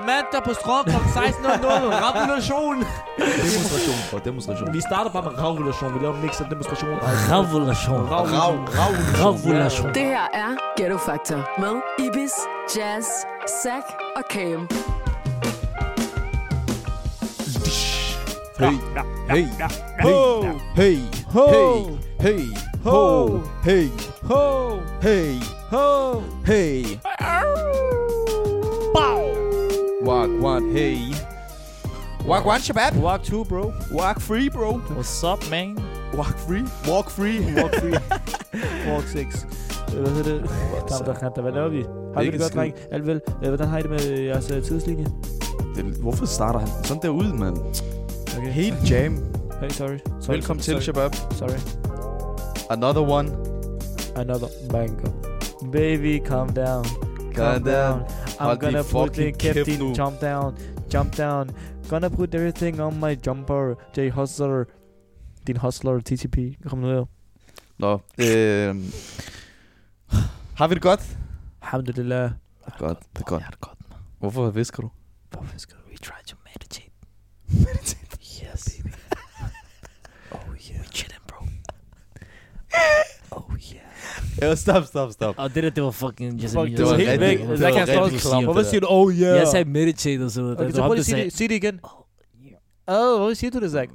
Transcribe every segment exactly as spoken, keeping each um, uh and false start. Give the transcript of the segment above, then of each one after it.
mandag på Strøm kl. seksten nul nul. Revolution. Demonstration, bro. Demonstration. Vi starter bare med revolution. Vi laver en mix af demonstration. Revolution. Revolution. Det her er Ghetto Factor med Ibis, Jazz, Zach og Cam. Hey, hey, hey, hey, hey, hey, ho, hey, ho, hey, ho, hey. Walk one, hey. Walk one, shabab. Walk two, bro. Walk free, bro. What's up, man? Walk free. Walk free. Walk three. Walk six. Hvad hedder det? Tam, der kan der. Hvad laver vi? Har vi det godt, dreng? Alvel, hvordan har I det med jeres tidslinje? Det, hvorfor starter han sådan derude, mand? Okay. Helt jam. Hey, sorry. sorry Velkommen sorry. til, shabab. Sorry. Another one. Another banger. Baby, calm down. Calm down. I'm Hold gonna din put fucking the kæft kæft nu. jump down. Jump down. Gonna put everything on my jumper. J Hustler. Din hustler, T T P. Kom nu her. Nå, øh, har vi det godt? Alhamdulillah. Det er godt, det er godt. Jeg har det godt, man. Hvorfor visker du? Hvorfor skal du? We try to meditate. Meditate. Yes, baby. Oh yeah. We chillin', bro. Oh yeah. Jo, stop, stop, stop. Og det der, det var fucking... Just Fuck, just- det var helt rigtig- væk. det Der var kan jeg stå rigtig og klamt, Hvorfor det siger du, oh yeah? Jeg sagde meditate og så videre. Okay, Det så var prøv ham, lige der at sige det, sig det igen. Oh, yeah. Åh, hvorfor siger du det, Zach?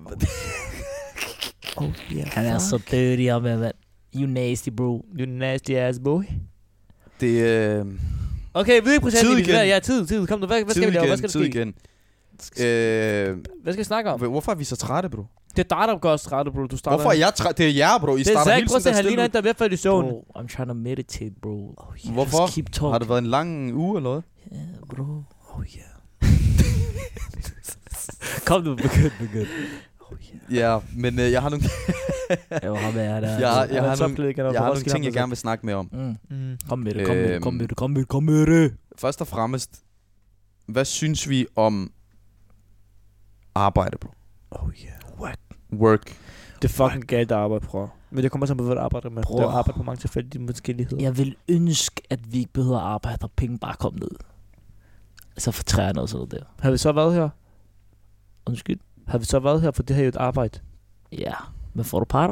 Oh yeah. Han er så dirty, ham her, mand. You nasty, bro. You nasty ass boy. Det er... Øh, Okay, vi er procent Tid i det igen. der. Ja, tid, tid. Kom nu, hvad, hvad tid skal vi lave? Hvad igen, skal tid der ske? igen. Øh, Hvad skal vi snakke om? hvorfor er vi så trætte, bro? Det er dig, der gør os trætte, bro. Du starter. Hvorfor er jeg træt? Det er jer, bro. I Det er starter Zach. hele Prøv at se, tiden han der ligner en, stille. der er ved at falde i søvn. Bro, I'm trying to meditate, bro. Oh yeah. Hvorfor? Just keep talking. Har det været en lang uge, eller hvad? Yeah, bro. Oh yeah. Kom nu, begynd, begynd. Oh yeah. Ja, men øh, jeg har nogle, Jeg var ham her, der. jeg, jeg, Han er har nogle, topklædt igen, og jeg på har nogle Roskilde ting, jeg ham, gerne vil snakke med om. Mm. Mm. Kom med det, kom med det, Øhm. kom med det, kom med det, kom med det. Først og fremmest, hvad synes vi om arbejde, bro? Oh yeah. What? Work. Det er fucking galt at arbejde, bror. Men det kommer så på, hvad du arbejder med. Bror. Det er arbejde på mange tilfældige forskelligheder. Jeg vil ønske, at vi ikke behøver at arbejde, og penge bare kom ned. Altså for træerne og sådan noget der. Har vi så været her? Undskyld. Har vi så været her, for det her er jo et arbejde. Ja, men får du parter?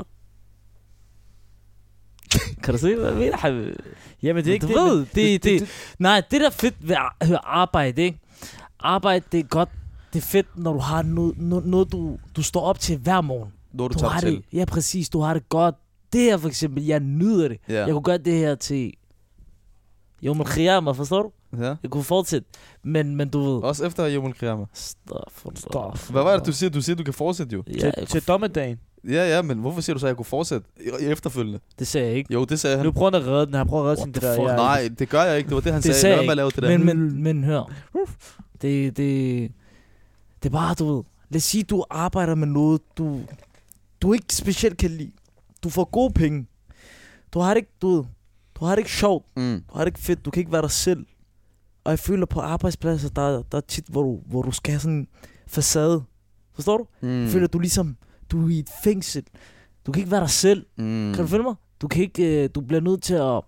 Kan du se, hvad jeg mener? Habibi? Jamen, det er ikke Du det. ved, men- det, det, nej, det der er fedt ved at høre arbejde, ikke? Arbejde, det er godt. Det er fedt, når du har noget, noget, noget du, du står op til hver morgen. Når du, Du tager har til. det, ja, præcis. Du har det godt. Det her for eksempel, jeg nyder det. Ja. Jeg kunne gøre det her til... Jo, men khiyama, forstår du? ja. Jeg kunne fortsætte. Men, men du ved... Også efter Yom Al-Qiyamah. Stop. Stop. Hvad var det, du siger? Du siger, du kan fortsætte jo. Ja, Til, jeg til kunne- dommedagen. Ja, ja, men hvorfor siger du så, at jeg kunne fortsætte i- i efterfølgende? det sagde jeg ikke. Jo, det sagde han. Nu prøver han at redde den. Han prøver at redde What sin det the der. fuck? Ja, Nej, det gør jeg ikke. Det var det, han Det sagde. sagde Lad jeg mig lave det der. Men, men, men hør. Det, det, det er bare, du ved... Lad os sige, du arbejder med noget, du, du ikke specielt kan lide. Du får gode penge. Du har det ikke, du ved... Du har det ikke sjovt. Mm. Du har det ikke fedt. Du kan ikke være dig selv. Og jeg føler på arbejdspladser, der, der er tit, hvor du, hvor du skal have sådan en facade. Forstår du? Mm. Jeg føler, du er ligesom... Du er i et fængsel. Du kan ikke være dig selv. Mm. Kan du følge mig? Du kan ikke... Øh, du bliver nødt til at...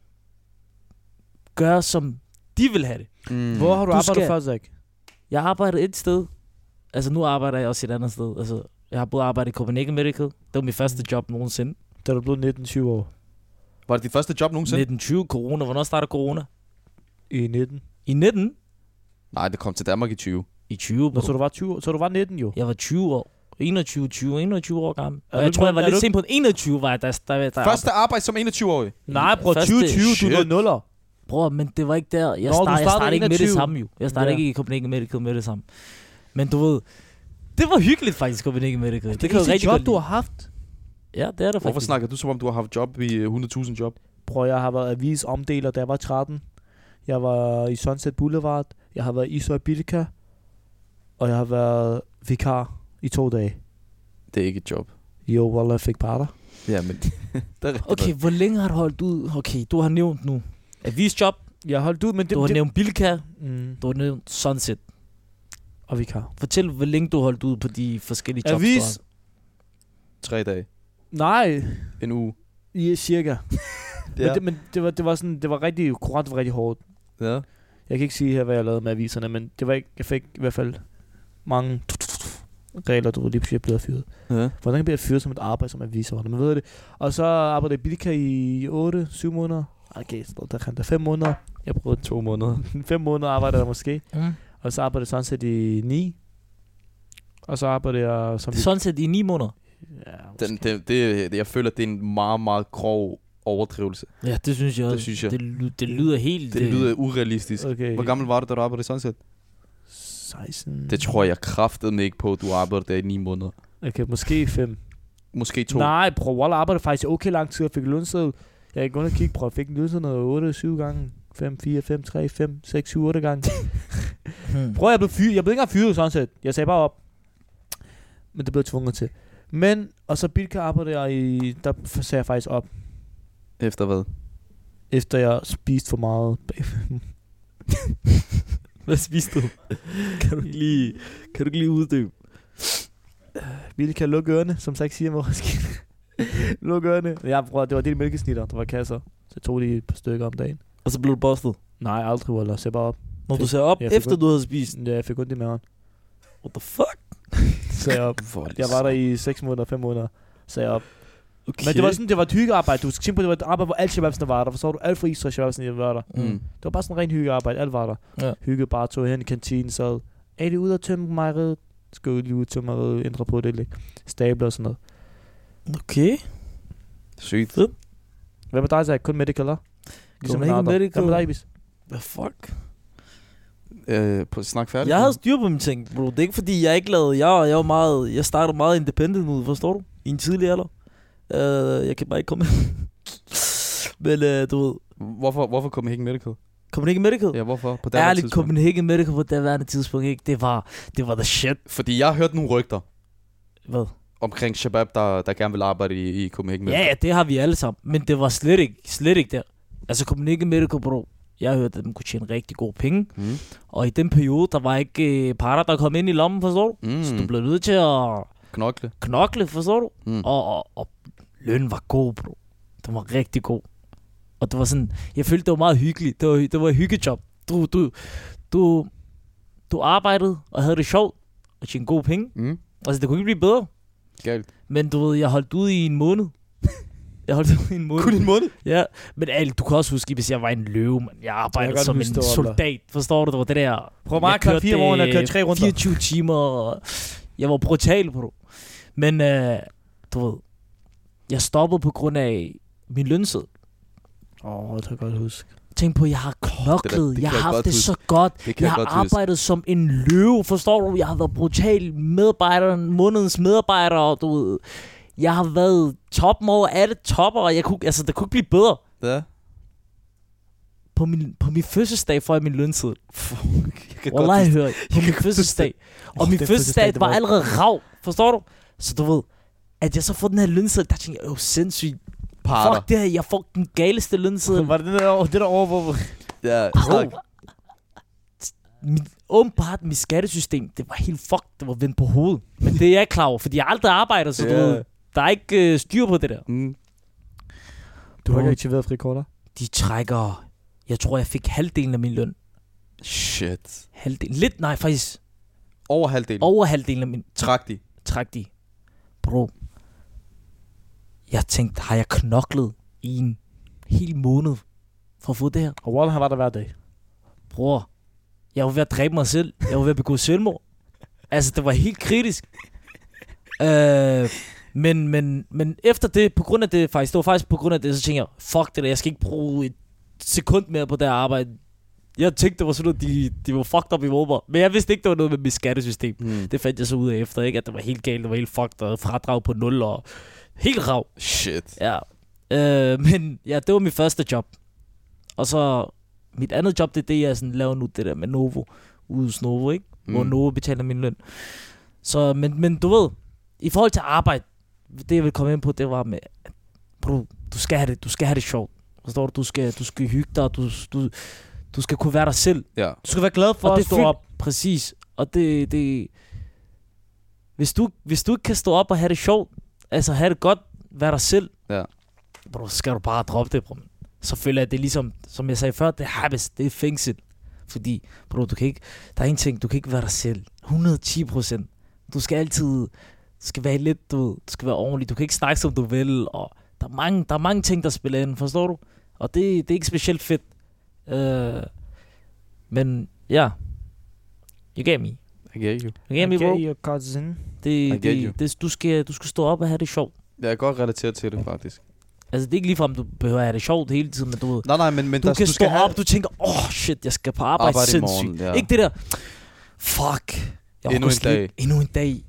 gøre, som de vil have det. Mm. Hvor har du, Du arbejdet skal- før, Zach? Jeg arbejder et sted. Altså, nu arbejder jeg også et andet sted. Altså, jeg har både arbejdet i Copenhagen Medical. Det var mit første job nogensinde. Da du blev nitten tyve år. Var det dit første job nogensinde? nitten tyve corona. Hvornår starter corona? I nitten. I nitten? Nej, det kom til Danmark i tyve. I tyve, bro. Nå, så du var tyve år. Så du var nitten jo. Jeg var tyve år. enogtyve, tyve, enogtyve år gammel. Er Og du jeg ikke tror, jeg på- var er lidt du sent på en enogtyve, var jeg der. der, der Første arbejde som enogtyve-årig. Nej, bror. Første- tyve tyve. Du Shit. nåede nuller. Bror, men det var ikke der. Jeg, Nå, du start, jeg startede startede ikke med det enogtyve. samme, jo. Jeg startede Ja. ikke i Copenhagen Medical med det samme. Men du ved, det var hyggeligt faktisk, Copenhagen Medical. Det, det kan jeg eneste rigtig job, godt du lide. har haft. Ja, det er det Hvorfor faktisk. snakker du som om, du har haft job i hundrede tusind job? Bror, jeg har været avisomdeler, da jeg var tretten. Jeg var i Sunset Boulevard. Jeg har været i Ishøj Bilka. Og jeg har været vikar i to dage. Det er ikke et job. Jo, Wallah, jeg fik parter. Ja, men det er rigtigt. Okay, hvor længe har du holdt ud? Okay, du har nævnt nu avisjob, Jeg har holdt ud, men det... du har det, nævnt Bilka, mm, du har nævnt Sunset. og vikar. Fortæl, hvor længe du har holdt ud på de forskellige jobs, Avis. du Tre dage. Nej, En uge. ja, cirka. Ja. Men, det, men det, var, det var sådan, det var rigtig korrekt, det var rigtig hårdt. ja. Jeg kan ikke sige her, hvad jeg lavede med aviserne, men det var ikke, jeg fik i hvert fald mange regler, du lige pludselig blevet fyret. Ja. Hvordan bliver jeg fyret som et arbejde som aviser? Man ved det. Og så arbejdede jeg i Bilka i otte syv måneder. Okay, der kan der fem måneder. Jeg brugte To måneder. fem måneder arbejder jeg måske. Mm. Og så arbejdede jeg sådan set i ni. Og så arbejdede jeg som... Sådan set i ni måneder. Ja, Den, det, det, jeg føler, det er en meget, meget grov overdrivelse. Ja, det synes jeg. Det synes jeg. Det, ly- det lyder helt... Det lyder urealistisk. Okay. Hvor gammel var du, da du arbejdede i Sunset? seksten. Det tror jeg kraftedeme ikke på, at du arbejdede der i ni måneder. Okay, måske fem. Måske to. Nej, bror, Walla arbejdede faktisk okay lang tid. Jeg fik lønseddel. Jeg gik under og kigge, bror. Jeg fik en lønseddel otte syv gange. fem, fire, fem, tre, fem, seks, syv, otte gange. Hmm. Bror, jeg blev fyret. Jeg blev ikke engang fyret sådan set. Jeg sagde bare op. Men det blev jeg tvunget til. Men, og så Bilka arbejdede jeg i... Der sagde jeg faktisk op. Efter hvad? Efter jeg spiste for meget. Hvad spiste du? Kan du ikke lige, kan du ikke lige uddybe? Bilka lukke ørerne, som sagt siger mig. Lukke ørerne. Ja, bror, det var de mælkesnitter, der var kasser. Så jeg tog de et par stykker om dagen. Og så blev du bustet? Nej, aldrig, Walla. Se bare op. Når du Fik- ser op, jeg fik efter ondt. du havde spist? Ja, jeg fik ondt i maven. What the fuck? Så jeg op. Jeg var der i seks måneder, fem måneder. Så jeg op. Okay. Men det var sådan, det var et hyggearbejde. Du skal tænke på, det var et arbejde, hvor alle shababsene var der. Forstår du? Alt for Israel shababsene var der. Mm. Det var bare sådan en ren hyggearbejde. Alt var der. Ja. Hygge, bare tog hen i kantinen, sad. Er de ude og tømme mejeriet? Skal ud lige ud og tømme mejeriet, ændre på det, ikke? Stabler og sådan noget. Okay. Sygt. Hvad med dig, Zach? Kun medical, eller? Kun ikke Nader. medical. Hvad med dig, Ibis? Hvad fuck? Øh, på snak færdigt. Jeg havde styr på mine ting, bro. Det er ikke fordi, jeg ikke lavede... Jeg, jeg, var meget, jeg startede meget independent ud, forstår du? I en tidlig alder. Uh, jeg kan bare ikke komme Men uh, du ved... Hvorfor, hvorfor Copenhagen Medical? Copenhagen Medical? Ja, hvorfor? På daværende Ærligt, tidspunkt. Copenhagen Medical på daværende tidspunkt, ikke? Det var, det var the shit. Fordi jeg har hørt nogle rygter Hvad? omkring Shabab, der, der gerne vil arbejde i, i Copenhagen Ja, Medical. ja, det har vi alle sammen. Men det var slet ikke, slet ikke der. Altså, Copenhagen Medical, bro. Jeg hørte, at de kunne tjene rigtig gode penge. Mm. Og i den periode, der var ikke øh, parter, der kom ind i lommen, forstår du? Mm. Så du blev nødt til at Knokle. knokle, forstår du? Mm. Og, og, og lønnen var god, bro. Den var rigtig god. Og det var sådan, jeg følte, det var meget hyggeligt. Det var, det var et hyggejob. Du, du, du, du arbejdede og havde det sjovt og tjente gode penge. Mm. Altså, det kunne ikke blive bedre. Galt. Men du ved, jeg holdt ud i en måned. Jeg holdt ud i en måned. Kun en måned? Ja, men alt, du kan også huske, hvis jeg var en løve, man. Jeg arbejdede godt som huske en det, Walter. soldat. Forstår du, det var det der... Prøv meget at køre fire måneder, jeg kørte tre runder. fireogtyve timer, og jeg var brutal, bro. Men, øh, du ved, jeg stoppede på grund af min lønseddel. Åh, oh, det kan jeg godt huske. Tænk på, jeg har knoklet, det kan jeg har jeg haft godt det huske. så godt. Det kan Jeg jeg, har godt huske. arbejdet som en løve, forstår du? Jeg har været brutal medarbejder, månedens medarbejder, og du ved... Jeg har været toppen over alle topper, og jeg kunne, altså, det kunne ikke blive bedre. Ja. På min, på min fødselsdag får jeg min lønseddel. Fuck, jeg kan Wallahi, godt hør, på min fødselsdag. Og Åh, min den fødselsdag fødselsdag, det var var- allerede rav, forstår du? Så du ved, at jeg så får den her lønseddel, der tænker jeg, jo sindssygt. parter. Fuck det her, jeg får den galeste lønseddel. Var det det der, det der over, hvor... Ja, Bro, snak. mit, åbenbart mit skattesystem, det var helt fuck, det var vendt på hovedet. Men det er jeg klar over, fordi jeg aldrig arbejder, så du Ja. ved, der er ikke øh, styr på det der. Mm. Du har Bro, ikke aktiveret frikorter? de trækker, jeg tror jeg fik halvdelen af min løn. Shit. Halvdelen, lidt, nej faktisk, Over halvdelen. over halvdelen af min Trak de. træk de. Bro, jeg tænkte, har jeg knoklet i en hel måned for at få det her? Og Walla, han var der hver dag. Bror, jeg var ved at dræbe mig selv. Jeg var ved at begå selvmord. Altså, det var helt kritisk. øh, men, men, men efter det, på grund af det faktisk, det var faktisk på grund af det, så tænkte jeg, fuck det der, jeg skal ikke bruge et sekund mere på det her arbejde. Jeg tænkte, det var sådan noget, de, de var fucked up i mig. Men jeg vidste ikke, det var noget med mit skattesystem. Mm. Det fandt jeg så ud af efter, ikke? At det var helt galt, det var helt fucked, og fradrag på nul, og helt rav. Shit. Ja. Øh, men ja, det var mit første job. Og så mit andet job, det er det, jeg sådan laver nu, det der med Novo. Ude hos Novo, ikke? Mm. Hvor Mm. Novo betaler min løn. Så, men, men du ved, i forhold til arbejde, det jeg vil komme ind på, det var med, bro, du skal have det, du skal have det sjovt. Forstår du? Du skal, du skal hygge dig, du, du, du skal kunne være dig selv. Ja. Du skal være glad for Og at det stå fyldt- op. Præcis. Og det, det hvis du, hvis du ikke kan stå op og have det sjovt, altså have det godt, være dig selv, Ja. bro, så skal du bare droppe det, bro. Så føler jeg, at det er ligesom, som jeg sagde før, det er habits, det er fængsel. Fordi, bro, du kan ikke, der er en ting, du kan ikke være dig selv. hundrede og ti procent. Du skal altid, du skal være lidt, du, du skal være ordentlig. Du kan ikke snakke, som du vil. Og der er mange, der er mange ting, der spiller ind, forstår du? Og det, det er ikke specielt fedt. Uh, men, ja. Yeah. You get me. I get you. You get me, bro. your cousin. Det, det, det, du, skal, du skal stå op og have det sjovt. Jeg kan godt relatere til det, faktisk. Altså, det er ikke ligefrem, du behøver at have det sjovt hele tiden, men du ved... Nej, nej, men, men du der, kan du stå skal have... op, du tænker, åh, oh, shit, jeg skal på arbejde, Arbejde i sindssygt. morgen, ja. Ikke det der, fuck, jeg Endnu en slip, dag. endnu en dag.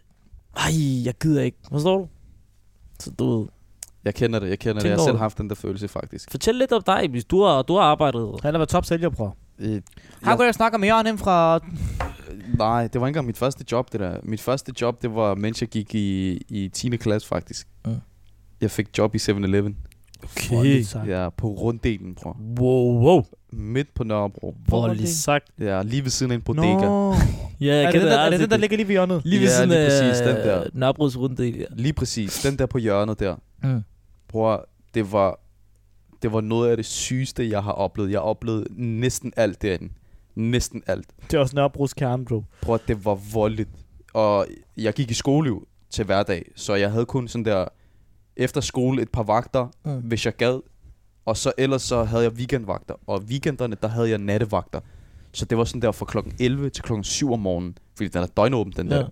Ej, jeg gider ikke, forstår du? Så du ved... Jeg kender det, jeg kender det. Jeg har selv haft den der følelse, faktisk. Fortæl lidt om dig, hvis du har, du har arbejdet. Han har været topsælger, bror. Øh, Har du jeg snakker med Jørgen hem fra... Nej, det var ikke engang mit første job, det der. Mit første job, det var, mens jeg gik i, i tiende klasse, faktisk. Mm. Jeg fik job i seven eleven. Okay. Ja, på runddelen, bror. Wow, wow. Midt på Nørrebro. Voldeligt sagt. Ja, lige ved siden af en bodega. Nå. Ja, jeg Er det, kender den, der, er det aldrig den, der ligger lige ved hjørnet? Lige ved Ja, siden lige af præcis, den der. Nørrebros runddel, ja. Lige præcis. Den der på hjørnet der. Mm. Bror, det var, det var noget af det sygeste, jeg har oplevet. Jeg oplevede næsten alt derinde. Næsten alt. Det er også Nørrebros kerne, bro. Bror, det var voldeligt. Og jeg gik i skole til hverdag, så jeg havde kun sådan der efter skole et par vagter, Mm. hvis jeg gad. Og så ellers så havde jeg weekendvagter. Og weekenderne, der havde jeg nattevagter. Så det var sådan der fra klokken elleve til klokken syv om morgenen. Fordi den er døgnåben, den Ja. der.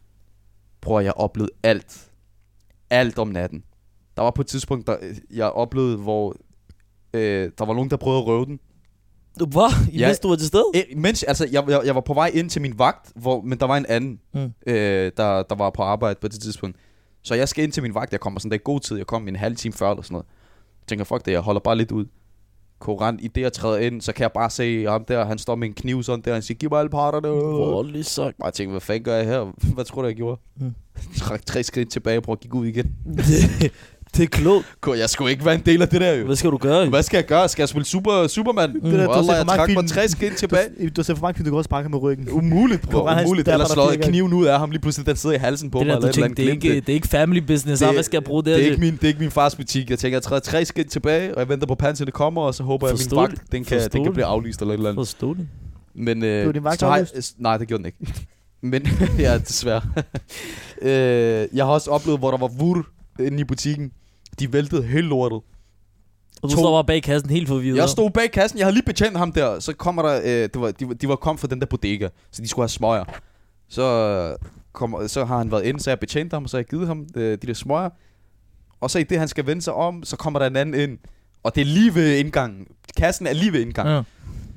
Bror, jeg oplevede alt. Alt om natten. Der var på et tidspunkt, der, jeg oplevede, hvor øh, der var nogen, der prøvede at røve den. Hvad? I Ja. mens du var til sted? Æ, mens, altså, jeg, jeg, jeg var på vej ind til min vagt, hvor, men der var en anden, Mm. øh, der, der var på arbejde på det tidspunkt. Så jeg skal ind til min vagt. Jeg kommer sådan der i god tid. Jeg kom en halv time før eller sådan noget. Jeg tænker, fuck det, jeg holder bare lidt ud. Korant, i det jeg træder ind, så kan jeg bare se ham der, han står med en kniv sådan der, han siger, giv mig alle parterne. Voldeligt sagt. Jeg tænker, hvad fanden gør jeg her? Hvad tror du, jeg gjorde? Mm. Træk tre skridt tilbage, prøv at gik ud igen. Det, det er klogt. Jeg skulle ikke være en del af det der jo. Hvad skal du gøre? Hvad skal jeg gøre? Skal jeg spille super, Superman? Mm. Det der, du Wallah, ser for jeg mange træk mig film. tre skridt tilbage. Du, du ser for mange film, du kan også sparke med ryggen. Umuligt, bro. Koran, han- Umuligt. der Eller var der slået flere kniven ud af ham lige pludselig, den sidder i halsen på Det mig. der, eller du et eller tænkte, det er, andet. ikke, det er ikke family business. Det- Hvad skal jeg bruge det, Det er, til? ikke min, det er ikke min fars butik. Jeg tænker, jeg træder tre skridt tilbage, og jeg venter på pansen, det kommer, og så håber jeg, at min Forståeligt. vagt, den kan, den kan Forståeligt. blive aflyst eller et eller andet. Forstå det. Men, øh, Blev din vagt så har jeg, aflyst? nej, det gjorde den ikke. Men, ja, desværre. øh, jeg har også oplevet, hvor der var vur inde i butikken. De væltede hele lortet. Og du To- står bare bag kassen helt forvirret. Jeg stod bag kassen, jeg havde lige betjent ham der. Så kommer der, øh, det var, de, var- de var kommet fra den der bodega, så de skulle have smøger. Så, øh, kommer, så har han været inde, så jeg betjente ham, og så har jeg givet ham øh, de der smøger. Og så i det, han skal vende sig om, så kommer der en anden ind. Og det er lige ved indgangen. Kassen er lige ved indgangen. Ja.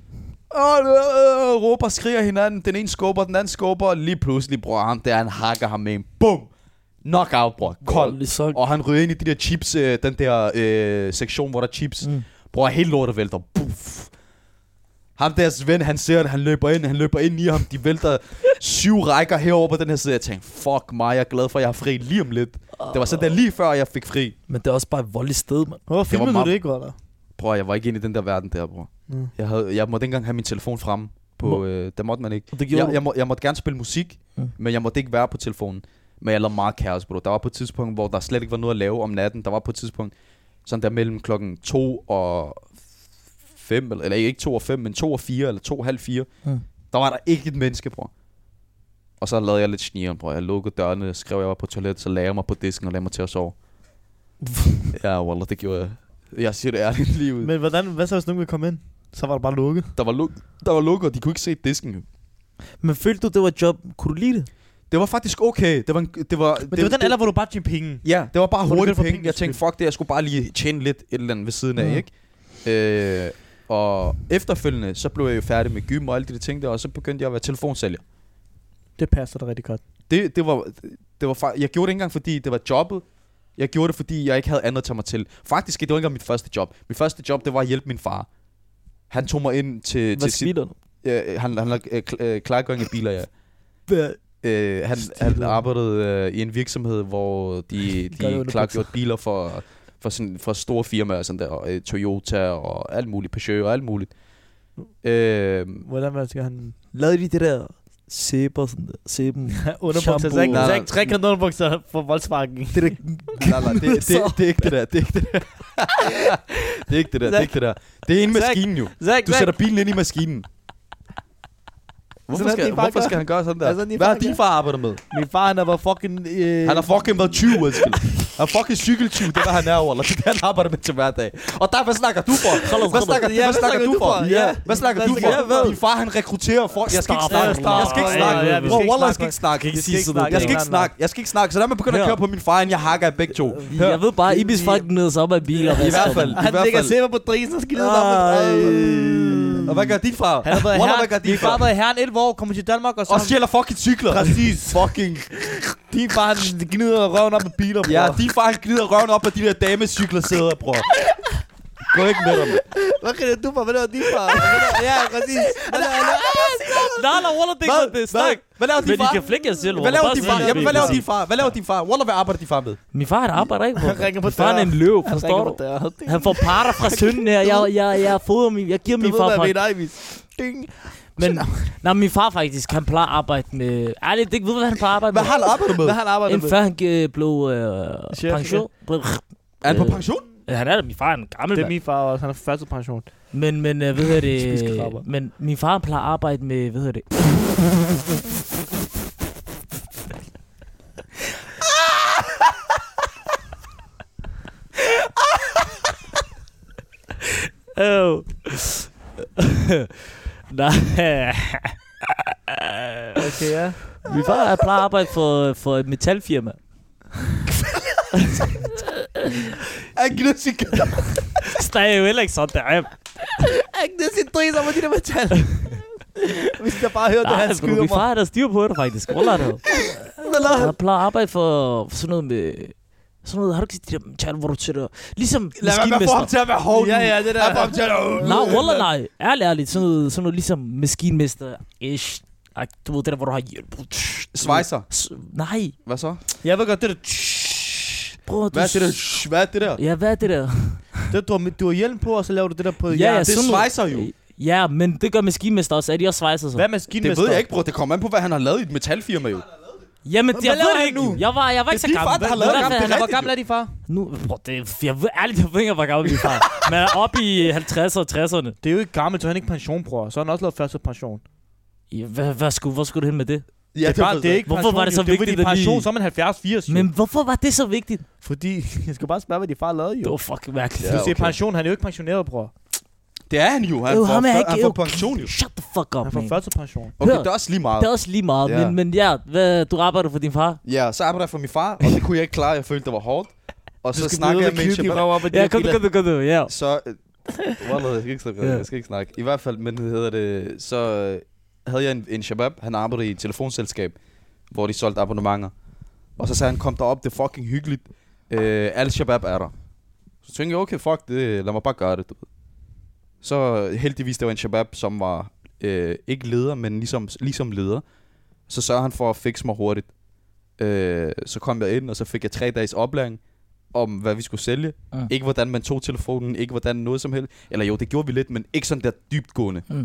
Og øh, råber og skriger hinanden. Den ene skubber, den anden skubber. Lige pludselig, bror, ham der, han hakker ham med en bum. Knockout, bror. Kold. Voldeligt sagt. Og han ryger ind i de der chips, øh, den der øh, sektion, hvor der er chips. Mm. Bror, helt lortet vælter. Puff. Ham deres ven, han ser det, han løber ind, han løber ind i ham. De vælter syv rækker herover på den her side. Jeg tænkte, fuck mig, jeg er glad for, at jeg har fri lige om lidt. Det var sådan der lige før, jeg fik fri. Men det er også bare et voldeligt sted, mand. Hvorfor filmede du meget- det ikke, eller? Bror, jeg var ikke inde i den der verden der, bror. Mm. Jeg, havde, jeg måtte ikke engang have min telefon fremme. På, øh, der måtte man ikke. Og det gjorde Jeg, du. jeg, må, jeg måtte gerne spille musik, Mm. mm. men jeg måtte ikke være på telefonen. Men jeg lavede meget kaos, bro. Der var på et tidspunkt, hvor der slet ikke var noget at lave om natten. Der var på et tidspunkt, sådan der mellem klokken to og fem, eller, eller ikke to og fem, men to og fire, eller to og halv fire. Mm. Der var der ikke et menneske, bror. Og så lavede jeg lidt snigeren, bror. Jeg lukkede dørene, skrev jeg var på toilet, så lagde jeg mig på disken og lagde mig til at sove. Ja, wallah, det gjorde jeg. Jeg siger det ærligt lige ud. Men hvordan, hvad så, hvis nogen vil komme ind? Så var der bare lukket. Der var, luk- der var lukket, og de kunne ikke se disken. Men følte du, det var et job? Kunne du lide det? Det var faktisk okay. Det var, en, det var, Men det, det var den alder, hvor du bare tjente penge. Ja, det var bare Hvor du hurtigt kunne få penge. penge Jeg tænkte, skyld. fuck det, jeg skulle bare lige tjene lidt et eller andet ved siden af, Mm. ikke? Øh, og efterfølgende, så blev jeg jo færdig med gym og alle de der ting der, og så begyndte jeg at være telefonsælger. Det passer da rigtig godt. Det, det var, det var fa- jeg gjorde det ikke engang, fordi det var jobbet. Jeg gjorde det, fordi jeg ikke havde andet at tage mig til. Faktisk, det var ikke engang mit første job. Mit første job, det var at hjælpe min far. Han tog mig ind til... Hvad til sit, smiler du? øh, han han lavede øh, kl- øh, klargøring af biler, ja. Hvad? Øh, han, han arbejdede øh, i en virksomhed, hvor de, Gør det de under klargjorde biler for, for, sådan, for store firmaer, sådan der, og, øh, Toyota og alt muligt, Peugeot og alt muligt. Øh, Hvordan var det, han... Lavede de det der sæber, sådan der, sæben? Underbukser, så ikke, Nej, så nej. ikke tre kan underbukser for Volkswagen. Det der... nej, nej, det, det, det, det er ikke det der, det er ikke det der. Det er ikke det der, det er ikke det der. Det er inde i Zack, maskinen jo. Zack, Du sætter bilen ind i maskinen. Hvorfor, Sådan, skal, din far hvorfor gør. skal han gøre sådan der? Altså, din Hvad far har din gør. far arbejdet med? Min far, han var fucking... Øh, Han har fucking været tyve, undskyld. Han er fucking cykeltyv, det er hvad han er over. Det er det, han arbejder med til hverdag. Og der, hvad snakker du for? Hvad snakker, Ja, hvad snakker du for? Ja. Hvad snakker Hvad du snakker for? jeg Din far, han rekrutterer folk. Jeg skal ikke Stop. snakke. Stop. Jeg skal ikke Ja, snakke. ja, vi Bro, skal ikke Wallah, jeg snakke. skal ikke snakke. Ikke Vi skal sige ikke sådan snakke. Jeg skal ikke Nej, nej. snakke. Jeg skal ikke snakke. Så lad mig begynde at Hør. køre på min far, inden jeg hakker af begge to. Hør. Jeg ved bare, Ibis fucking ned sammen af biler. I hvert fald. I Han hvert ligger fald. sæber på drisen og skider Ej. Og hvad gør din far? Han har været i Wallah, hvad gør Herren. din Min far har far? været i Herren elleve år, kommer til Danmark og så... Og stjæler fucking cykler. Præcis. Fucking. Din far, han gnider røven op med biler, bror. Ja, din far, han glider røven op af de der damecykler sæder, bror. Gå ikke med dem. Hvad kan du for? Hvad er din far? Ja, præcis. Nej, nej, Wallah, det er ikke det. Snak. Hvad laver din Men I far? kan flække jer selv, Hvad Wallah. laver Bare din sig far? det. Jamen, hvad laver din far? Hvad laver din far? Wallah, hvad arbejder din far med? Min far, han arbejder ikke, Han ringer på Min far er døren. en løv, Han forstår ringer du? på døren. Han får parter fra sønnen her. Jeg, jeg, jeg fodrer min, jeg giver Du min ved, far hvad faktisk. jeg mener, Ibis. Ding. Men, nej, min far faktisk, han plejer at arbejde med... Ærligt, det ikke ved, hvad han plejer at arbejde Hvad med. har han arbejdet med? Hvad har han arbejdet Inden med? før han øh, blev øh, Chef, pension. Er han på pension? Ja, han er da, min far er en gammel Det er mand. min far også. Han er første pension. Men, men, øh, hvad hedder det... Spidskrabber. Men min far plejer at arbejde med, hvad hedder det... Oh. Nej. Okay, ja. Min far er plejer at arbejde for, for et metalfirma. Han gider sig. Så der er jo heller ikke sådan, der er. Jeg kan ikke sin dris over de der metal. Hvis jeg bare hørte, at han Nej, skyder min mig. far er der styr på det faktisk. Wallah, det. Jeg plejer at arbejde for sådan noget med... Sådan noget, har du ikke set de der metal, hvor du sætter... Ligesom Lad mig med få ham maskinmester. til at være hård. Ja, ja, det der. Lad ham til at... Nej, wallah, nej. Ærligt, ærligt. Sådan noget, sådan noget ligesom maskinmester-ish. Ej, du ved det der, hvor du har hjælp. Svejser. S- Nej. Hvad så? Jeg ved godt, det der... Bror, du... Hvad er det der? Hvad er det der? Ja, hvad er det der? Det, du, har, du har hjelm på, og så laver du det der på... Ja, ja, Det er sådan noget- svejser jo. Ja, men det gør maskinmester også. Er de også svejser så? Hvad med skinmester? Det ved jeg ikke, bror. Det kommer an på, hvad han har lavet i et metalfirma jo. Jamen, Hvad jeg laver ved han ikke nu? Jeg var, jeg var ikke Det så er din far, gammel. der har Men lavet hvad det. fanden- Det er Hvor rigtigt, gammel er din far? Nu, bror, det er, jeg ved ærligt, jeg ved ikke, hvor gammel min far. Men op i halvtredserne og tresserne. Det er jo ikke gammelt, så han er ikke pension, bror. Så har han også lavet første pension. Ja, hvad, hvad skulle, hvor skulle du hen med det? Ja, det, er bare, det er ikke Hvorfor pension, var det så jo. vigtigt, Det at er fordi lige- pension, så er man halvfjerds firs. Men hvorfor var det så vigtigt? Fordi, jeg skal bare spørge, hvad din far lavede, Det jo. var fucking mærkeligt. Du Ja, siger okay. pension, han er jo ikke pensioneret, bror. Det er han jo. Han Jo, får, ham er han ikke- får jo. pension jo. Shut the fuck up, Han får man. første pension. Okay, Hør. det er også lige meget. Det er også lige meget, Ja. men, men ja, hvad, du arbejder for din far? Ja, så arbejder jeg for min far, og det kunne jeg ikke klare. Jeg følte, det var hårdt. Og så Du skal snakker blive jeg ved med med en at knive shabab. de røv op af de Ja, her kom, biler. kom, kom, kom, ja. Så... øh, Wallah, jeg skal ikke snakke. Ja. Jeg skal ikke snakke. I hvert fald, men det hedder det... Så øh, havde jeg en, en shabab. Han arbejdede i et telefonselskab, hvor de solgte abonnementer. Og så sagde han, kom derop, det er fucking hyggeligt. Øh, alle shabab er der. Så tænkte jeg, okay, fuck det, lad mig bare gøre det, du ved. Så heldigvis, der var en shabab, som var øh, ikke leder, men ligesom, ligesom leder. Så sørgede han for at fikse mig hurtigt. Øh, så kom jeg ind, og så fik jeg tre dages oplæring om, hvad vi skulle sælge. Mm. Ikke hvordan man tog telefonen, ikke hvordan noget som helst. Eller jo, det gjorde vi lidt, men ikke sådan der dybtgående. Mm.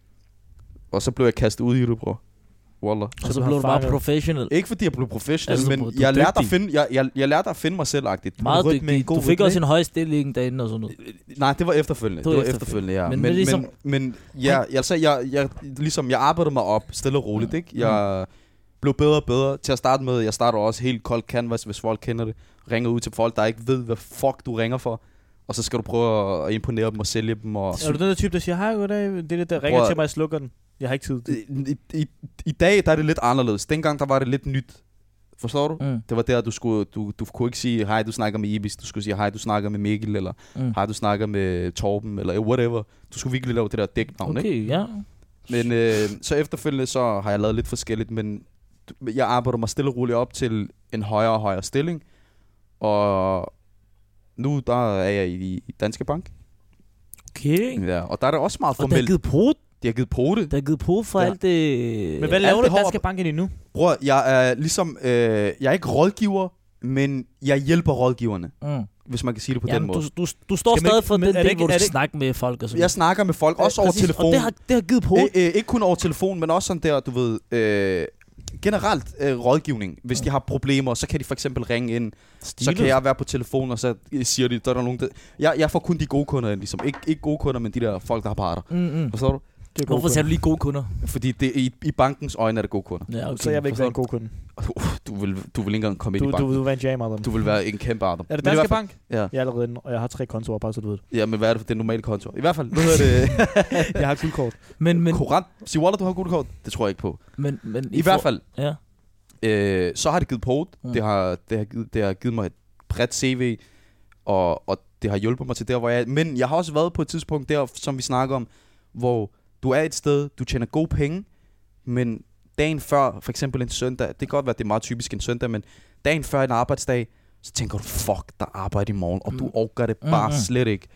Og så blev jeg kastet ud i det, bror. Wallah. Og så du blev har du bare fanget. professional. Ikke fordi jeg blev professionel, Altså, men du er jeg lærte, at dygtig. finde, jeg, jeg, jeg lærte at finde mig selv-agtigt. Meget rytme med en dygtig. god Du fik rytme, også ikke? en høj stilling derinde og sådan noget. Nej, det var efterfølgende. Det Det var var, efterfølgende. efterfølgende, ja. Men- Men, men men, ligesom- men, men ja, altså, jeg, jeg, ligesom, jeg arbejdede mig op stille og roligt, ikke? Jeg blev bedre og bedre. Til at starte med, jeg starter også helt kold canvas, hvis folk kender det. Ringer ud til folk, der ikke ved, hvad fuck du ringer for. Og så skal du prøve at imponere dem og sælge dem. Og Er du den der type, der siger, hej, goddag, det er det, der ringer Bror. til mig, jeg slukker den. Jeg har ikke tid. I, i, I dag der er det lidt anderledes. Dengang der var det lidt nyt. Forstår du? Mm. Det var der, du skulle, du, du kunne ikke sige, hej, du snakker med Ibis. Du skulle sige, hej, du snakker med Mikkel, eller Mm. hej, du snakker med Torben, eller whatever. Du skulle virkelig lave det der dæknavn, ikke? Okay, ja. Men øh, så efterfølgende, så har jeg lavet lidt forskelligt, men jeg arbejder mig stille og roligt op til en højere og højere stilling. Og nu der er jeg i, i Danske Bank. Okay. Ja, og der er det også meget Og der er formelt. givet på, De har givet på det. der er givet på for Ja. alt det... Men hvad alt laver det du i hår- Danske Bank lige nu? Bror, jeg er ligesom, øh, jeg er ikke rådgiver, men jeg hjælper rådgiverne, Mm. hvis man kan sige det på Jamen, den måde. du, du, du står Skal man stadig ikke- for men den er det del, ikke- hvor du er det skal ikke- snakke med folk og sådan Jeg snakker med folk, også over Præcis, telefon. Og det har, det har givet på. Æ, øh, ikke kun over telefon, men også sådan der, du ved, øh, generelt øh, rådgivning. Hvis de har problemer, så kan de for eksempel ringe ind. Så kan jeg være på telefon, og så siger de, der er der nogen, der... Jeg, jeg får kun de gode kunder ind, ligesom. Ikke, ikke gode kunder, men de der folk, der har parter. Mm, mm. Forstår du? Det er gode Hvorfor sagde du lige gode kunder? Fordi det, i, i bankens øjne er det gode kunder. Ja, okay. Så jeg vil ikke være en god kunde. Uh, du, vil, du vil ikke engang komme ind Du, i banken. du, du vil være en jam af dem. Du vil være en kæmpe Adam. Er det Men i Danske hvert fald- Bank? Ja. Jeg er allerede inde, og jeg har tre kontorer, bare så du ved det. Ja, men hvad er det for det normale konto? I hvert fald, nu hedder det... Jeg har guldkort. Men, men, Korant. Sig Waller, du har gode kort? Det tror jeg ikke på. men, men I, I hvert fald, Ja. øh, så har det givet på. Mm. Det, har, det, har givet, det har givet mig et bredt C V, og, og det har hjulpet mig til der, hvor jeg er. Men jeg har også været på et tidspunkt der, som vi snakker om, hvor du er et sted, du tjener gode penge, men dagen før, for eksempel en søndag, det kan godt være, det er meget typisk en søndag, men dagen før en arbejdsdag, så tænker du, fuck, der er arbejde i morgen, og Mm. du orker det bare Mm-hmm. slet ikke.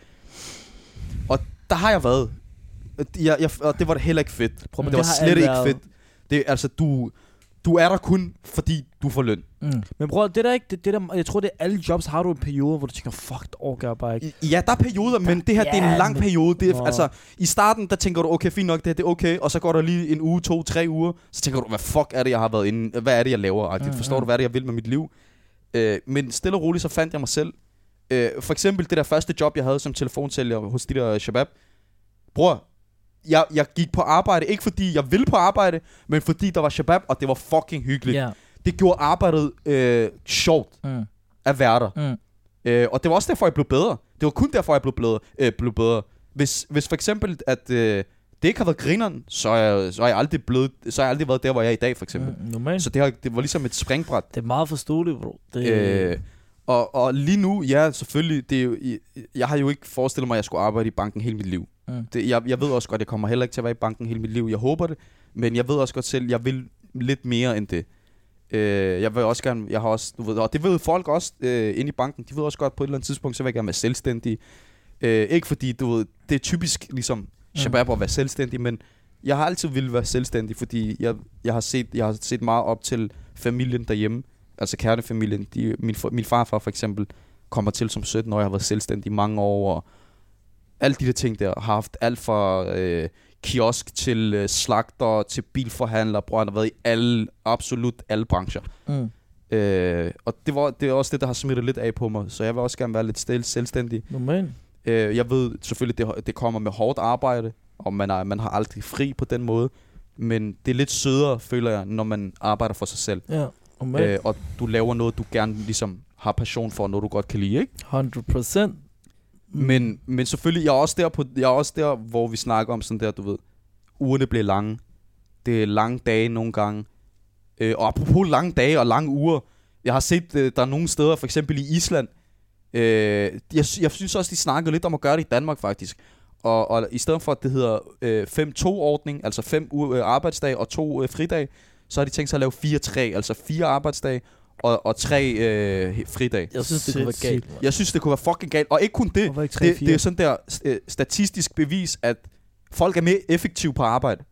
Og der har jeg været. Jeg, jeg, og det var det heller ikke fedt. Prøv, Det men var det har slet alt ikke været. fedt. Det, altså, du, du er der kun, fordi du får løn. Mm. Men bror, det der ikke, det, det der, jeg tror, det er alle jobs, har du en periode, hvor du tænker, fuck, det orker jeg bare ikke. I- Ja, der er perioder, men det her, det er Ja, en lang men- periode. Det er, Nå. altså, i starten, der tænker du, okay, fint nok, det her, det er okay. Og så går der lige en uge, to, tre uger. Så tænker du, hvad fuck er det, jeg har været inde? Hvad er det, jeg laver? Mm, Forstår mm. du, hvad er det, jeg vil med mit liv? Øh, men stille og roligt, så fandt jeg mig selv. Øh, for eksempel det der første job, jeg havde som telefonsælger hos de der Shabab. Bror, jeg, jeg gik på arbejde, ikke fordi jeg ville på arbejde, men fordi der var Shabab, og det var fucking hyggeligt. Ja. Det gjorde arbejdet øh, sjovt Mm. at være der. Mm. Øh, og det var også derfor, jeg blev bedre. Det var kun derfor, jeg blev bedre. Øh, blev bedre. Hvis, hvis for eksempel, at øh, det ikke har været grineren, så er, jeg, så, er jeg aldrig blevet, så har jeg aldrig været der, hvor jeg er i dag, for eksempel. Mm. Normalt. Så det, har, det var ligesom et springbræt. Det er meget forståeligt, bro. Det, Øh, og, og lige nu, ja, selvfølgelig, det er jo, jeg har jo ikke forestillet mig, at jeg skulle arbejde i banken hele mit liv. Mm. Det, jeg, jeg ved også godt, at jeg kommer heller ikke til at være i banken hele mit liv. Jeg håber det, men jeg ved også godt selv, at jeg vil lidt mere end det. Øh, jeg vil også gerne, jeg har også, du ved, og det ved folk også øh, inde i banken, de ved også godt, på et eller andet tidspunkt, så vil jeg gerne være selvstændig. Øh, ikke fordi, du ved, det er typisk ligesom Shabab at være selvstændig, men jeg har altid ville være selvstændig, fordi jeg, jeg, har set, jeg har set meget op til familien derhjemme, altså kernefamilien. De, min, min farfar for eksempel kommer til som sytten år, jeg har været selvstændig i mange år, og alle de der ting der, har haft alt fra øh, kiosk til øh, slagter til bilforhandler, bror, han har været i alle, absolut alle brancher. Mm. Øh, og det, var, det er også det, der har smittet lidt af på mig, så jeg vil også gerne være lidt stille, selvstændig. Normalt. Øh, jeg ved selvfølgelig, det, det kommer med hårdt arbejde, og man, er, man har aldrig fri på den måde, men det er lidt sødere, føler jeg, når man arbejder for sig selv. Ja. Normalt. Øh, og du laver noget, du gerne ligesom har passion for, noget du godt kan lide, ikke? hundrede procent. Mm. Men, men selvfølgelig, jeg er, også der på, jeg er også der, hvor vi snakker om sådan der, du ved, ugerne bliver lange. Det er lange dage nogle gange. Øh, og apropos lange dage og lange uger, jeg har set, øh, der er nogle steder, for eksempel i Island, øh, jeg, jeg synes også, de snakker lidt om at gøre det i Danmark faktisk. Og, og i stedet for, at det hedder øh, fem to-ordning, altså fem uger øh, arbejdsdage og to øh, fridage, så har de tænkt sig at lave fire tre, altså fire arbejdsdage og, og tre øh, fridage. Jeg synes, det kunne være Sindssygt. galt. Jeg synes, det kunne være fucking galt. Og ikke kun det. Hvorfor ikke tre, Det, fire? det er sådan der øh, statistisk bevis, at folk er mere effektive på arbejde,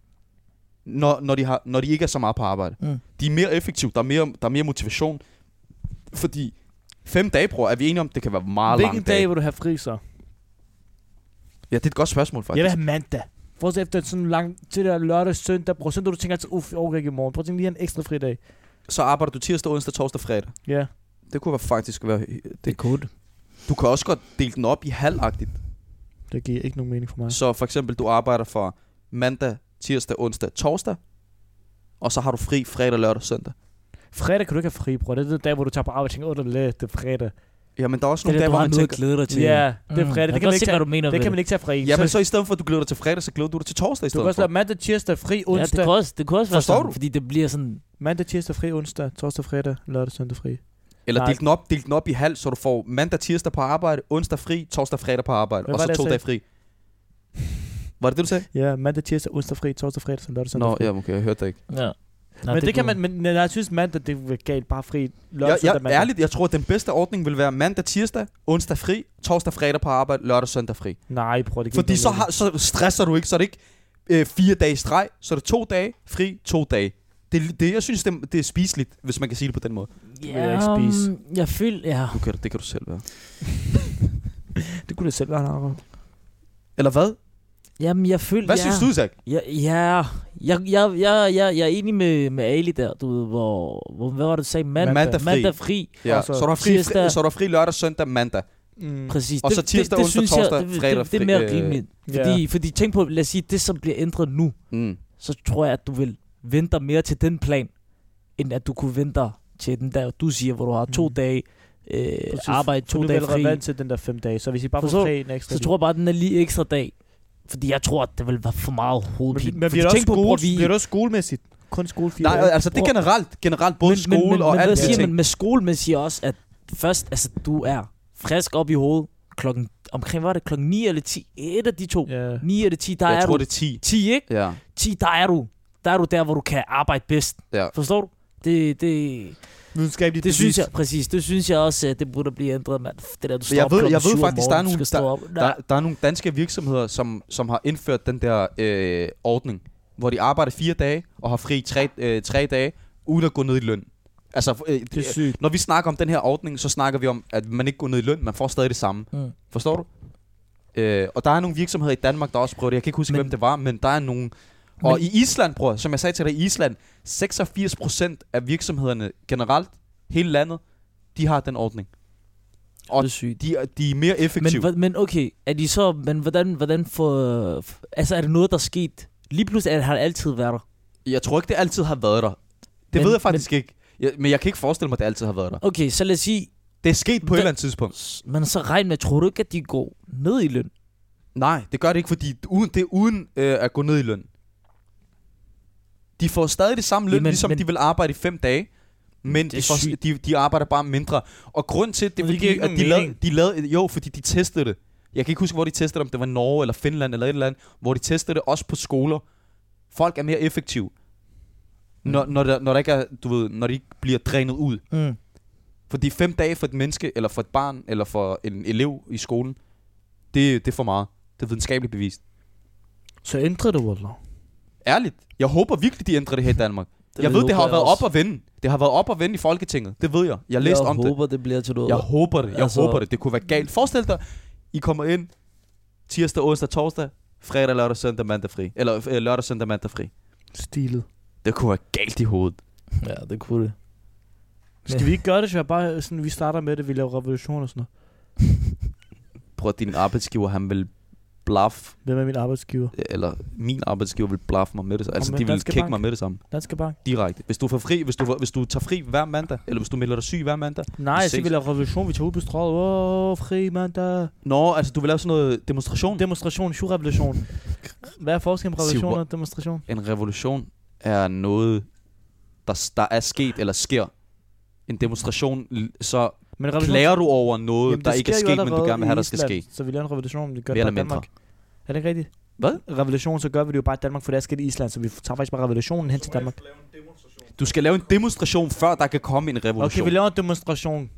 når, når, de har, når de ikke er så meget på arbejde. Mm. De er mere effektive. Der er mere, der er mere motivation. Fordi fem dage, bror, er vi enige om, det kan være meget Hvilken lange dag dage. vil du have fri så? Ja, det er et godt spørgsmål, faktisk. Jeg vil have mandag. Prøv at se efter sådan en lang, til der lørdag, søndag, bror. Søndag, du tænker altid, uff, jeg overgår ikke i morgen. Prøv at tænke lige en ekstra fridag. Så arbejder du tirsdag, onsdag, torsdag, fredag. Ja. Det kunne være faktisk være... Det Det, kunne. du kan også godt dele den op i halvagtigt. Det giver ikke nogen mening for mig. Så for eksempel, du arbejder fra mandag, tirsdag, onsdag, torsdag. Og så har du fri fredag, lørdag, søndag. Fredag kan du ikke have fri, bror. Det er den dag, hvor du tager på arbejde og tænker, åh, det er let, det er fredag. Ja, men der er også Det nogle er dage, der, du hvor har man noget at tænker... glæde dig til. Ja, det er Mm. fredag. Jeg Det kan kan man godt ikke se, hvad tage, du mener det med kan man ikke tage fri. Ja, men så, så i stedet for, at du glæder dig til fredag, så glæder du dig til torsdag i du stedet kan også for. lade mandag, tirsdag, fri, Ja, det onsdag. kunne også, det kunne også være Forstår sådan, du? fordi det bliver sådan... Mandag, tirsdag, fri, onsdag, torsdag, fredag, lørdag, søndag, fri. Eller Nej. del den, op, del den op i halv, så du får mandag, tirsdag på arbejde, onsdag fri, torsdag, fredag på arbejde, Hvad og var så det, to jeg dage fri. Var det det, du sagde? Ja, mandag, tirsdag, onsdag, fri, torsdag, fredag, så lørdag, søndag, Nå, fri. ja, okay, jeg hørte det ikke. Ja. Nå, Men det, kan kunne- man, men jeg synes mandag, det er galt, bare fri, lørdag, Jeg, søndag, jeg, mandag. ærligt, jeg tror, at den bedste ordning vil være mandag, tirsdag, onsdag fri, torsdag, fredag på arbejde, lørdag, søndag fri. Nej, bror, det giver Fordi ikke så, nogen har, så stresser du ikke, så er det ikke øh, fire dage i streg, så er det to dage fri, to dage. Det, det jeg synes, det, det er spiseligt, hvis man kan sige det på den måde. vil jeg ikke spise. um, jeg føler... Ja. Du kan, det kan du selv være. mening. Det kunne det selv være, Naro. Eller hvad? Jamen, jeg føler... Hvad ja. synes du, Zach? Ja, ja. Jeg, jeg, jeg, jeg, jeg er enig med, med Ali der, du ved, hvor, hvor... Hvad var det, du sagde? Mandag, Mandag fri. Mandag fri. Ja, Og så så, så, du har fri, tirsdag- fri, så du har fri lørdag, søndag, mandag. Mm. Præcis. Og så tirsdag, onsdag, synes jeg, torsdag, det, fredag, det, det er mere fri- rimeligt. øh, Fordi, ja. fordi tænk på, lad os sige, det som bliver ændret nu, Mm. så tror jeg, at du vil vente dig mere til den plan, end at du kunne vente dig til den der, du siger, hvor du har to Mm. dage øh, Præcis. arbejde, For to nu dage er fri. vant til den der fem dage, så hvis I bare får Forstår- tre en ekstra Så tror jeg bare, at den er lige ekstra dag. Fordi jeg tror, at det vil være for meget men, hovedpine. men Fordi bliver det også tænk på, hvor skole, bliver det også skolemæssigt? Kun skole fire Nej, dage? altså det er Bror. generelt, generelt både men, skole men, men, og men, alt hvad det siger ting. man med skole? Man siger også, at først, altså du er frisk op i hovedet klokken, omkring, var det klokken ni eller ti? Et af de to. Ja. ni eller ti, der Jeg er tror, du. det er ti. ti, ikke? Ja. ti, der er du. Der er du der, hvor du kan arbejde bedst. Ja. Forstår du? Det, det, Videnskabeligt det bevis. synes jeg, præcis. Det synes jeg også, at det burde blive ændret, mand. Det der, du står Jeg op ved- klokken jeg ved syv om faktisk, der er morgenen, nogle- skal stå op. Der, der er nogle danske virksomheder, som, som har indført den der øh, ordning, hvor de arbejder fire dage og har fri tre, øh, tre dage, uden at gå ned i løn. Altså, øh, Det er sygt. når vi snakker om den her ordning, så snakker vi om, at man ikke går ned i løn, man får stadig det samme. Mm. Forstår du? Øh, og der er nogle virksomheder i Danmark, der også prøver det. Jeg kan ikke huske, Men- hvem det var, men der er nogle... Og i Island, bror, som jeg sagde til dig, i Island, seksogfirs procent af virksomhederne generelt, hele landet, de har den ordning. Og Det er sygt. de, er- de er mere Men, effektive. hva- men okay, er de så, men hvordan, hvordan får, altså er det noget, der er sket? Lige pludselig er det, har det altid været der. Jeg tror ikke, det altid har været der. Det Men- ved jeg faktisk ikke. Jeg, men jeg kan ikke forestille mig, at det altid har været der. Okay, så lad os sige, Det er sket på Hva- et eller andet tidspunkt. men så regn med, tror du ikke, at de går ned i løn? Nej, det gør det ikke, fordi uden, det er uden øh, at gå ned i løn. De får stadig det samme løn, Jamen, ligesom men- de vil arbejde i fem dage. Men Det de, er får, sygt. de, de arbejder bare mindre. Og grund til, det er Men det fordi, giver ikke at de nogen lavede, mening. de lavede... Jo, fordi de testede det. Jeg kan ikke huske, hvor de testede det, om det var Norge eller Finland eller et eller andet. Hvor de testede det også på skoler. Folk er mere effektive. Når, når, der, når der ikke er, du ved, når de ikke bliver drænet ud. Mm. Fordi fem dage for et menneske, eller for et barn, eller for en elev i skolen, det, det er for meget. Det er videnskabeligt bevist. Så ændrer det, Wallah. Ærligt. Jeg håber virkelig, de ændrer det her i Danmark. Det Jeg ved, det har håber været jeg også. op at vende. Det har været op at vende i Folketinget. Det ved jeg. Jeg læste jeg om det. håber, det bliver til noget. Jeg håber det. Jeg Altså- håber det. Det kunne være galt. Forestil dig, I kommer ind tirsdag, onsdag, torsdag, fredag, lørdag, søndag, mandag fri. Eller øh, lørdag, søndag, mandag fri. Stilet. Det kunne være galt i hovedet. Ja, det kunne det. Skal vi ikke gøre det, så jeg bare sådan, vi starter med det, vi laver revolution og sådan noget. Prøv at din arbejdsgiver, han vil blaffe, Hvem er min arbejdsgiver? eller min arbejdsgiver vil blaffe mig med det samme. Altså, men de vil Danske kigge Bank. mig med det samme. Danske Bank? Direkte. Hvis du får fri, hvis du, hvis du tager fri hver mandag, eller hvis du melder dig syg hver mandag. Nej, ses. så vi laver revolution, vi tager ud på strøget. Åh, fri mandag. Nå, altså du vil lave sådan noget demonstration. Demonstration, syv-revolution. Hvad er forskellen på Sig revolution what? og demonstration? En revolution er noget, der, der er sket eller sker. En demonstration, l- så Men revolution, klager du over noget, Jamen, der det ikke er sker jo sket, men du allerede gerne vil have, i der skal Island. ske. Så vi laver en revolution, vi gør Mere det eller bare i mindre. Danmark. Er det ikke rigtigt? Hvad? Revolution, så gør vi det jo bare i Danmark, for det er sket i Island, så vi tager faktisk bare revolutionen hen til Danmark. Du skal lave en demonstration, før der kan komme en revolution. Okay, vi laver en demonstration.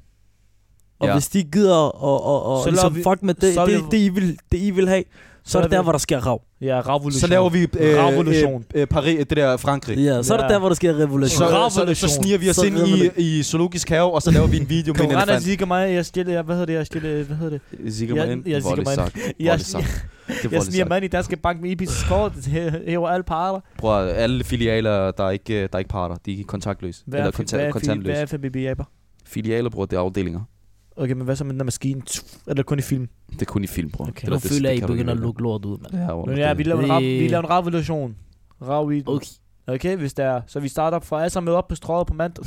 Og Ja. hvis de gider og, og, og Så ligesom laver vi- fuck med det, så det, laver- det, I vil, det I vil have, så, Så er det laver der, vi- hvor der sker rav. Ja, revolution. Så laver vi øh, Revolution. øh, øh, Paris, det der Frankrig. Ja, så er det Ja. der, hvor der sker Så, revolution. så, Revolution. så sniger vi os Så ind revolution. i, i zoologisk have, og så laver vi en video med en Koraner elefant. siger mig, jeg stille, jeg, hvad hedder det, jeg stille, hvad hedder det? Sikker Jeg- mig ind. jeg Hvor er det sikker mig sagt. Hvor er Jeg, det sagt. Det er jeg hvor det sniger sagt. mig ind i Danske Bank med I B's kort, hæver alle parter. Prøv at, alle filialer, der er ikke, der er ikke parter. De er kontaktløse. Hvad Eller er, fi- hvad konta- er, fi- hvad kontantløse. er F B B-aber? Filialer, bror, det er afdelinger. Okay, men hvad så med den der maskine? Eller kun i film? Det er kun i film, bror. Okay. Nu Eller det- føler jeg, det I kan du begynder at ikke lukke lort ud, mand. vælge. Ja, bror, Men ja, vi det- laver, en, rav, Det- vi laver en revolution. Rav i Okay. Okay, hvis det er. Så vi starter fra alle sammen med op på strøget på mandag.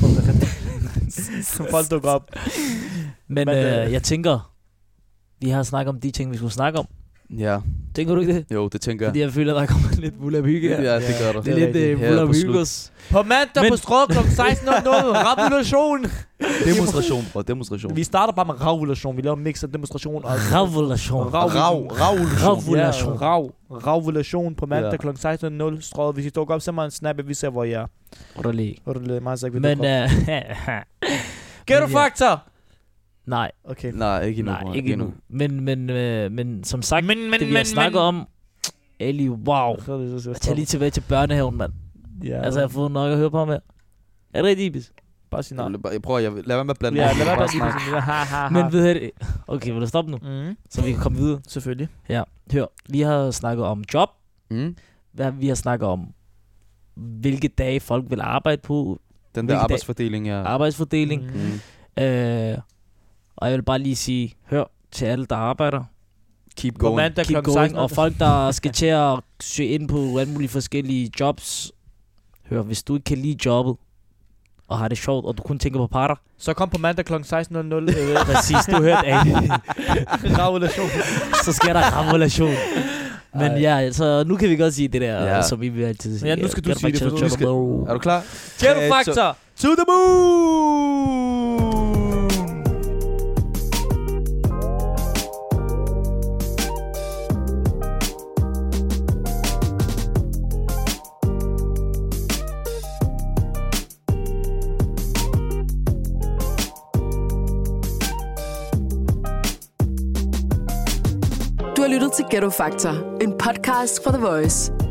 Som folk dukker op. Men Men, øh, øh, jeg tænker, vi har snakket om de ting, vi skulle snakke om. Ja, Tænker du ikke det? jo, det tænker Fordi jeg. jeg føler, der kommer lidt bulla hygge her. Ja, det gør der. Det er Det er lidt rigtigt. uh, Her bulla på slut. hygge. På mandag Men- på strøget kl. seksten nul nul. Revolution. Demonstration, bror, demonstration. Vi starter bare med revolution. Vi laver en mix af demonstration og Revolution. Rav. Rav, ravulation. Revolution. Ja, rav. Revolution på mandag Ja. kl. seksten nul nul. Strøget. Hvis I dukker op, så mig en snap, at vi ser, hvor I er. Rolig. Og det er meget sagt, vi Men, dukker op. uh, Gæt du men ja. faktor? nej, Okay. Nej, ikke endnu, nej, bror, ikke endnu. Men, men, øh, men som sagt, Men, men, det vi men, har snakket om, Ali, wow. Så er det så skal jeg Tag stoppe. lige tilbage til børnehaven, mand. Ja, Altså, jeg har fået nok at høre på ham her. Er det rigtigt, Ibis? bare sig nej. Jeg prøver, jeg vil- lad være med at blande Ja, mig. lad være Bare bare snak. sige det. Ha, ha, ha. Men ved jeg det? Okay, vil du stoppe nu? Mm, Så vi kan komme videre. selvfølgelig. Ja, hør. Vi har snakket om job. Mm. Hvad- Vi har snakket om, hvilke dage folk vil arbejde på. Den Hvilke der dag- arbejdsfordeling, ja. Arbejdsfordeling. Mm. Mm. Øh, og jeg vil bare lige sige, hør, til alle, der arbejder. Keep På going. mandag Keep klokken going. seksten. Og folk, der skal til at søge ind på alle mulige forskellige jobs. Hør, hvis du ikke kan lide jobbet, og har det sjovt, og du kun tænker på parter. Så kom på mandag klokken seksten nul nul. Øh, præcis, du hørte af. Revolution. Så sker der revolution. Men Ej. ja, så nu kan vi godt sige det der, Ja. ja. som vi vil altid sige. Ja, nu skal du Get sige det, back for to du the skal- moon. Er du klar? Ghetto Øh, Factor to the moon. Du har lyttet til Ghetto Factor, en podcast fra The Voice.